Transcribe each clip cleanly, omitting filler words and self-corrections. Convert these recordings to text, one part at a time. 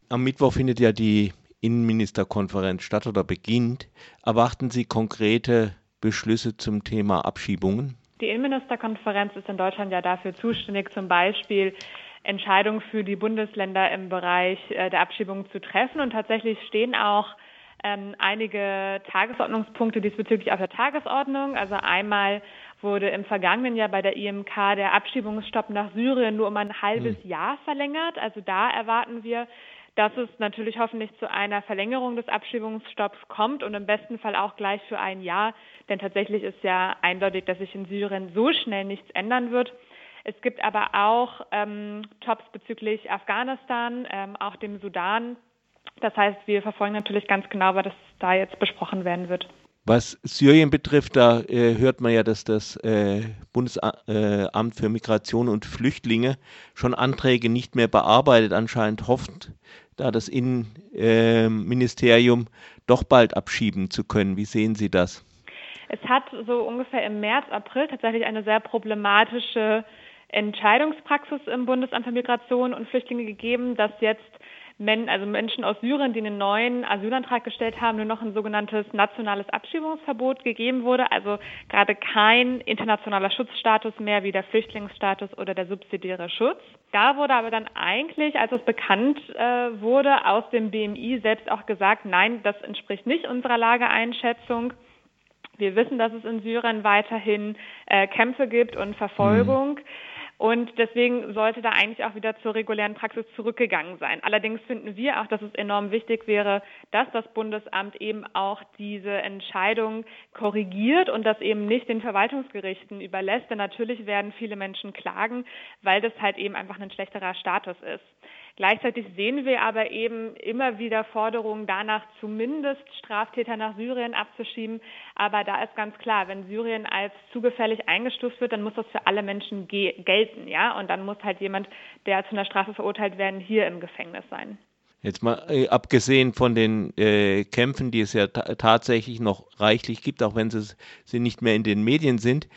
Am Mittwoch findet ja die Innenministerkonferenz statt oder beginnt. Erwarten Sie konkrete Beschlüsse zum Thema Abschiebungen? Die Innenministerkonferenz ist in Deutschland ja dafür zuständig, zum Beispiel Entscheidungen für die Bundesländer im Bereich der Abschiebung zu treffen. Und tatsächlich stehen auch einige Tagesordnungspunkte diesbezüglich auf der Tagesordnung. Also einmal wurde im vergangenen Jahr bei der IMK der Abschiebungsstopp nach Syrien nur um ein halbes Jahr verlängert. Also da erwarten wir, dass es natürlich hoffentlich zu einer Verlängerung des Abschiebungsstopps kommt und im besten Fall auch gleich für ein Jahr. Denn tatsächlich ist ja eindeutig, dass sich in Syrien so schnell nichts ändern wird. Es gibt aber auch Jobs bezüglich Afghanistan, auch dem Sudan. Das heißt, wir verfolgen natürlich ganz genau, was da jetzt besprochen werden wird. Was Syrien betrifft, da hört man ja, dass das Bundesamt für Migration und Flüchtlinge schon Anträge nicht mehr bearbeitet, anscheinend hofft, da das Innenministerium doch bald abschieben zu können. Wie sehen Sie das? Es hat so ungefähr im März, April tatsächlich eine sehr problematische Entscheidungspraxis im Bundesamt für Migration und Flüchtlinge gegeben, dass jetzt Menschen aus Syrien, die einen neuen Asylantrag gestellt haben, nur noch ein sogenanntes nationales Abschiebungsverbot gegeben wurde, also gerade kein internationaler Schutzstatus mehr wie der Flüchtlingsstatus oder der subsidiäre Schutz. Da wurde aber dann eigentlich, als es bekannt wurde, aus dem BMI selbst auch gesagt, nein, das entspricht nicht unserer Lageeinschätzung. Wir wissen, dass es in Syrien weiterhin Kämpfe gibt und Verfolgung. Und deswegen sollte da eigentlich auch wieder zur regulären Praxis zurückgegangen sein. Allerdings finden wir auch, dass es enorm wichtig wäre, dass das Bundesamt eben auch diese Entscheidung korrigiert und das eben nicht den Verwaltungsgerichten überlässt. Denn natürlich werden viele Menschen klagen, weil das halt eben einfach ein schlechterer Status ist. Gleichzeitig sehen wir aber eben immer wieder Forderungen danach, zumindest Straftäter nach Syrien abzuschieben. Aber da ist ganz klar, wenn Syrien als zu gefährlich eingestuft wird, dann muss das für alle Menschen gelten, ja? Und dann muss halt jemand, der zu einer Strafe verurteilt werden, hier im Gefängnis sein. Jetzt mal abgesehen von den Kämpfen, die es ja tatsächlich noch reichlich gibt, auch wenn sie nicht mehr in den Medien sind.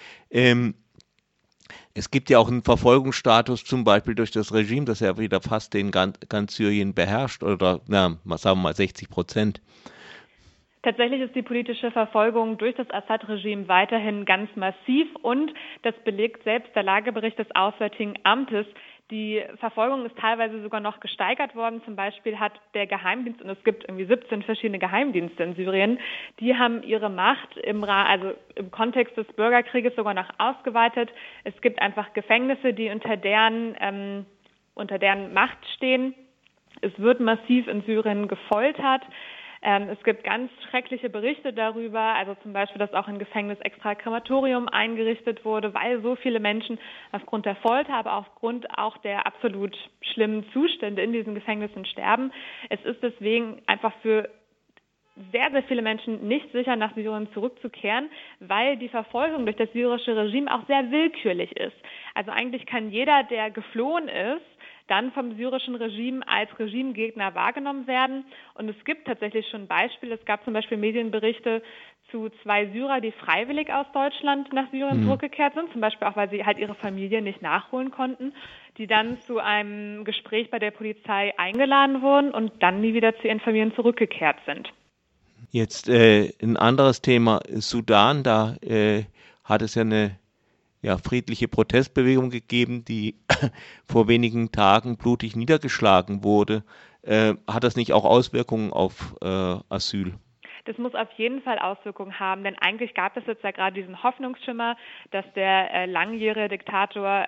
Es gibt ja auch einen Verfolgungsstatus, zum Beispiel durch das Regime, das ja wieder fast ganz Syrien beherrscht, oder sagen wir mal 60%. Tatsächlich ist die politische Verfolgung durch das Assad-Regime weiterhin ganz massiv und das belegt selbst der Lagebericht des Auswärtigen Amtes. Die Verfolgung ist teilweise sogar noch gesteigert worden. Zum Beispiel hat der Geheimdienst, und es gibt irgendwie 17 verschiedene Geheimdienste in Syrien, die haben ihre Macht im Kontext des Bürgerkrieges sogar noch ausgeweitet. Es gibt einfach Gefängnisse, die unter deren Macht stehen. Es wird massiv in Syrien gefoltert. Es gibt ganz schreckliche Berichte darüber, also zum Beispiel, dass auch im Gefängnis extra Krematorium eingerichtet wurde, weil so viele Menschen aufgrund der Folter, aber aufgrund auch der absolut schlimmen Zustände in diesen Gefängnissen sterben. Es ist deswegen einfach für sehr, sehr viele Menschen nicht sicher, nach Syrien zurückzukehren, weil die Verfolgung durch das syrische Regime auch sehr willkürlich ist. Also eigentlich kann jeder, der geflohen ist, dann vom syrischen Regime als Regimegegner wahrgenommen werden. Und es gibt tatsächlich schon Beispiele. Es gab zum Beispiel Medienberichte zu 2 Syrer, die freiwillig aus Deutschland nach Syrien zurückgekehrt sind, zum Beispiel auch, weil sie halt ihre Familie nicht nachholen konnten, die dann zu einem Gespräch bei der Polizei eingeladen wurden und dann nie wieder zu ihren Familien zurückgekehrt sind. Jetzt ein anderes Thema, Sudan, da hat es ja eine friedliche Protestbewegung gegeben, die vor wenigen Tagen blutig niedergeschlagen wurde. Hat das nicht auch Auswirkungen auf Asyl? Das muss auf jeden Fall Auswirkungen haben, denn eigentlich gab es jetzt ja gerade diesen Hoffnungsschimmer, dass der langjährige Diktator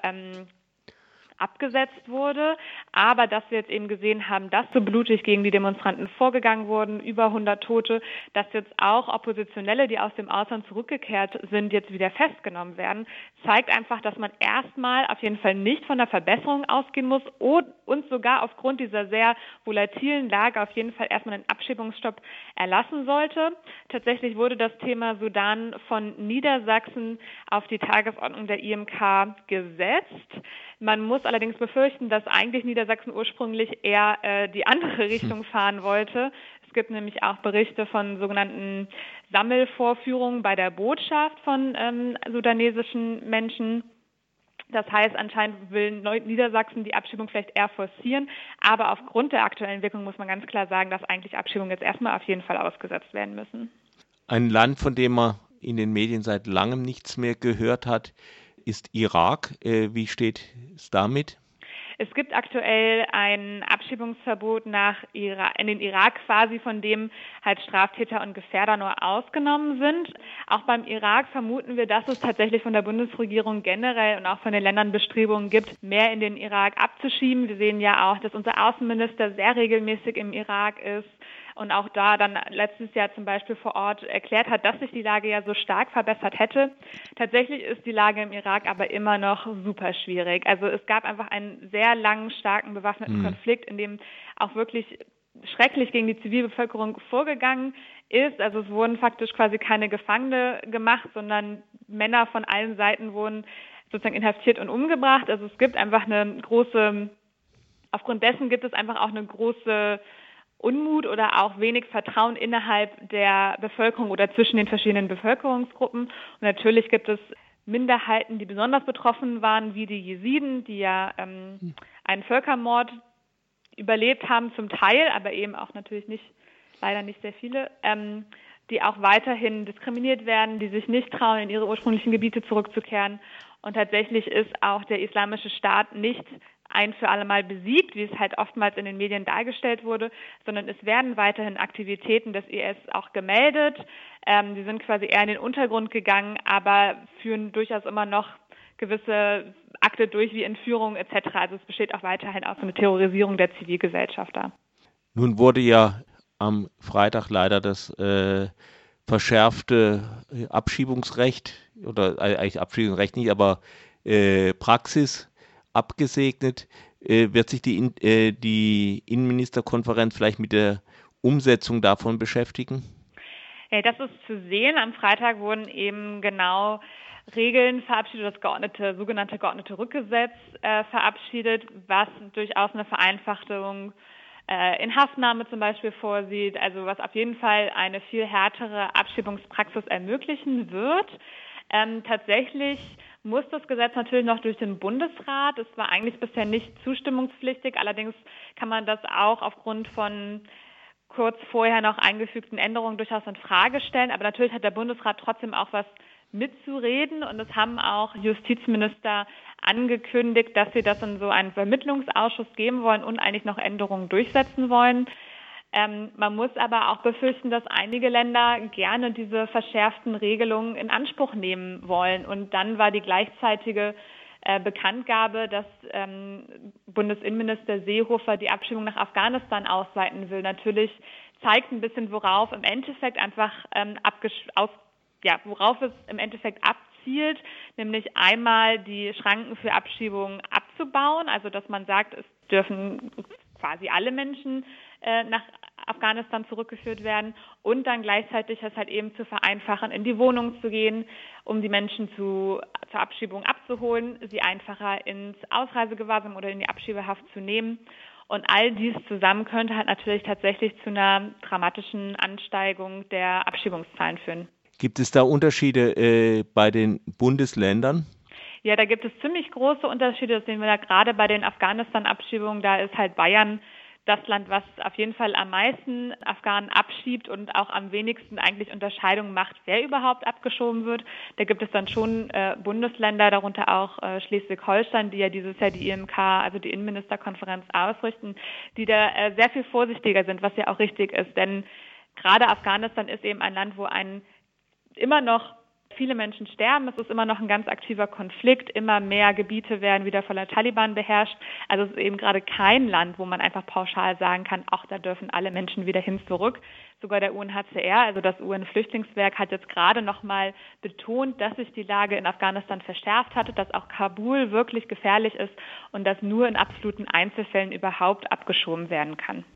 abgesetzt wurde, aber dass wir jetzt eben gesehen haben, dass so blutig gegen die Demonstranten vorgegangen wurden, über 100 Tote, dass jetzt auch Oppositionelle, die aus dem Ausland zurückgekehrt sind, jetzt wieder festgenommen werden, zeigt einfach, dass man erstmal auf jeden Fall nicht von der Verbesserung ausgehen muss und sogar aufgrund dieser sehr volatilen Lage auf jeden Fall erstmal einen Abschiebungsstopp erlassen sollte. Tatsächlich wurde das Thema Sudan von Niedersachsen auf die Tagesordnung der IMK gesetzt. Man muss allerdings befürchten, dass eigentlich Niedersachsen ursprünglich eher die andere Richtung fahren wollte. Es gibt nämlich auch Berichte von sogenannten Sammelvorführungen bei der Botschaft von sudanesischen Menschen. Das heißt, anscheinend will Niedersachsen die Abschiebung vielleicht eher forcieren, aber aufgrund der aktuellen Wirkung muss man ganz klar sagen, dass eigentlich Abschiebungen jetzt erstmal auf jeden Fall ausgesetzt werden müssen. Ein Land, von dem man in den Medien seit langem nichts mehr gehört hat, ist Irak. Wie steht es damit? Es gibt aktuell ein Abschiebungsverbot in den Irak quasi, von dem halt Straftäter und Gefährder nur ausgenommen sind. Auch beim Irak vermuten wir, dass es tatsächlich von der Bundesregierung generell und auch von den Ländern Bestrebungen gibt, mehr in den Irak abzuschieben. Wir sehen ja auch, dass unser Außenminister sehr regelmäßig im Irak ist und auch da dann letztes Jahr zum Beispiel vor Ort erklärt hat, dass sich die Lage ja so stark verbessert hätte. Tatsächlich ist die Lage im Irak aber immer noch super schwierig. Also es gab einfach einen sehr langen, starken bewaffneten Konflikt, in dem auch wirklich schrecklich gegen die Zivilbevölkerung vorgegangen ist. Also es wurden faktisch quasi keine Gefangene gemacht, sondern Männer von allen Seiten wurden sozusagen inhaftiert und umgebracht. Also es gibt einfach aufgrund dessen gibt es einfach auch eine große Unmut oder auch wenig Vertrauen innerhalb der Bevölkerung oder zwischen den verschiedenen Bevölkerungsgruppen. Und natürlich gibt es Minderheiten, die besonders betroffen waren, wie die Jesiden, die ja einen Völkermord überlebt haben zum Teil, aber eben auch natürlich leider nicht sehr viele, die auch weiterhin diskriminiert werden, die sich nicht trauen, in ihre ursprünglichen Gebiete zurückzukehren. Und tatsächlich ist auch der Islamische Staat nicht ein für alle Mal besiegt, wie es halt oftmals in den Medien dargestellt wurde, sondern es werden weiterhin Aktivitäten des IS auch gemeldet. Die sind quasi eher in den Untergrund gegangen, aber führen durchaus immer noch gewisse Akte durch, wie Entführungen etc. Also es besteht auch weiterhin auch so eine Terrorisierung der Zivilgesellschaft da. Nun wurde ja am Freitag leider das verschärfte Abschiebungsrecht, oder eigentlich Abschiebungsrecht nicht, aber Praxis abgesegnet. Wird sich die Innenministerkonferenz vielleicht mit der Umsetzung davon beschäftigen? Ja, das ist zu sehen. Am Freitag wurden eben genau Regeln verabschiedet, das sogenannte geordnete Rückgesetz verabschiedet, was durchaus eine Vereinfachung in Haftnahme zum Beispiel vorsieht, also was auf jeden Fall eine viel härtere Abschiebungspraxis ermöglichen wird. Tatsächlich muss das Gesetz natürlich noch durch den Bundesrat. Es war eigentlich bisher nicht zustimmungspflichtig. Allerdings kann man das auch aufgrund von kurz vorher noch eingefügten Änderungen durchaus in Frage stellen. Aber natürlich hat der Bundesrat trotzdem auch was mitzureden. Und es haben auch Justizminister angekündigt, dass sie das in so einen Vermittlungsausschuss geben wollen und eigentlich noch Änderungen durchsetzen wollen. Man muss aber auch befürchten, dass einige Länder gerne diese verschärften Regelungen in Anspruch nehmen wollen. Und dann war die gleichzeitige Bekanntgabe, dass Bundesinnenminister Seehofer die Abschiebung nach Afghanistan ausweiten will, natürlich zeigt ein bisschen, worauf es im Endeffekt abzielt, nämlich einmal die Schranken für Abschiebungen abzubauen, also dass man sagt, es dürfen quasi alle Menschen nach Afghanistan zurückgeführt werden und dann gleichzeitig es halt eben zu vereinfachen, in die Wohnung zu gehen, um die Menschen zur Abschiebung abzuholen, sie einfacher ins Ausreisegewahrsam oder in die Abschiebehaft zu nehmen. Und all dies zusammen könnte halt natürlich tatsächlich zu einer dramatischen Ansteigerung der Abschiebungszahlen führen. Gibt es da Unterschiede bei den Bundesländern? Ja, da gibt es ziemlich große Unterschiede. Das sehen wir da gerade bei den Afghanistan-Abschiebungen. Da ist halt Bayern das Land, was auf jeden Fall am meisten Afghanen abschiebt und auch am wenigsten eigentlich Unterscheidungen macht, wer überhaupt abgeschoben wird. Da gibt es dann schon Bundesländer, darunter auch Schleswig-Holstein, die ja dieses Jahr die IMK, also die Innenministerkonferenz, ausrichten, die da sehr viel vorsichtiger sind, was ja auch richtig ist. Denn gerade Afghanistan ist eben ein Land, wo immer noch viele Menschen sterben, es ist immer noch ein ganz aktiver Konflikt, immer mehr Gebiete werden wieder von der Taliban beherrscht. Also es ist eben gerade kein Land, wo man einfach pauschal sagen kann, ach, da dürfen alle Menschen wieder hin zurück. Sogar der UNHCR, also das UN-Flüchtlingswerk, hat jetzt gerade nochmal betont, dass sich die Lage in Afghanistan verschärft hatte, dass auch Kabul wirklich gefährlich ist und dass nur in absoluten Einzelfällen überhaupt abgeschoben werden kann.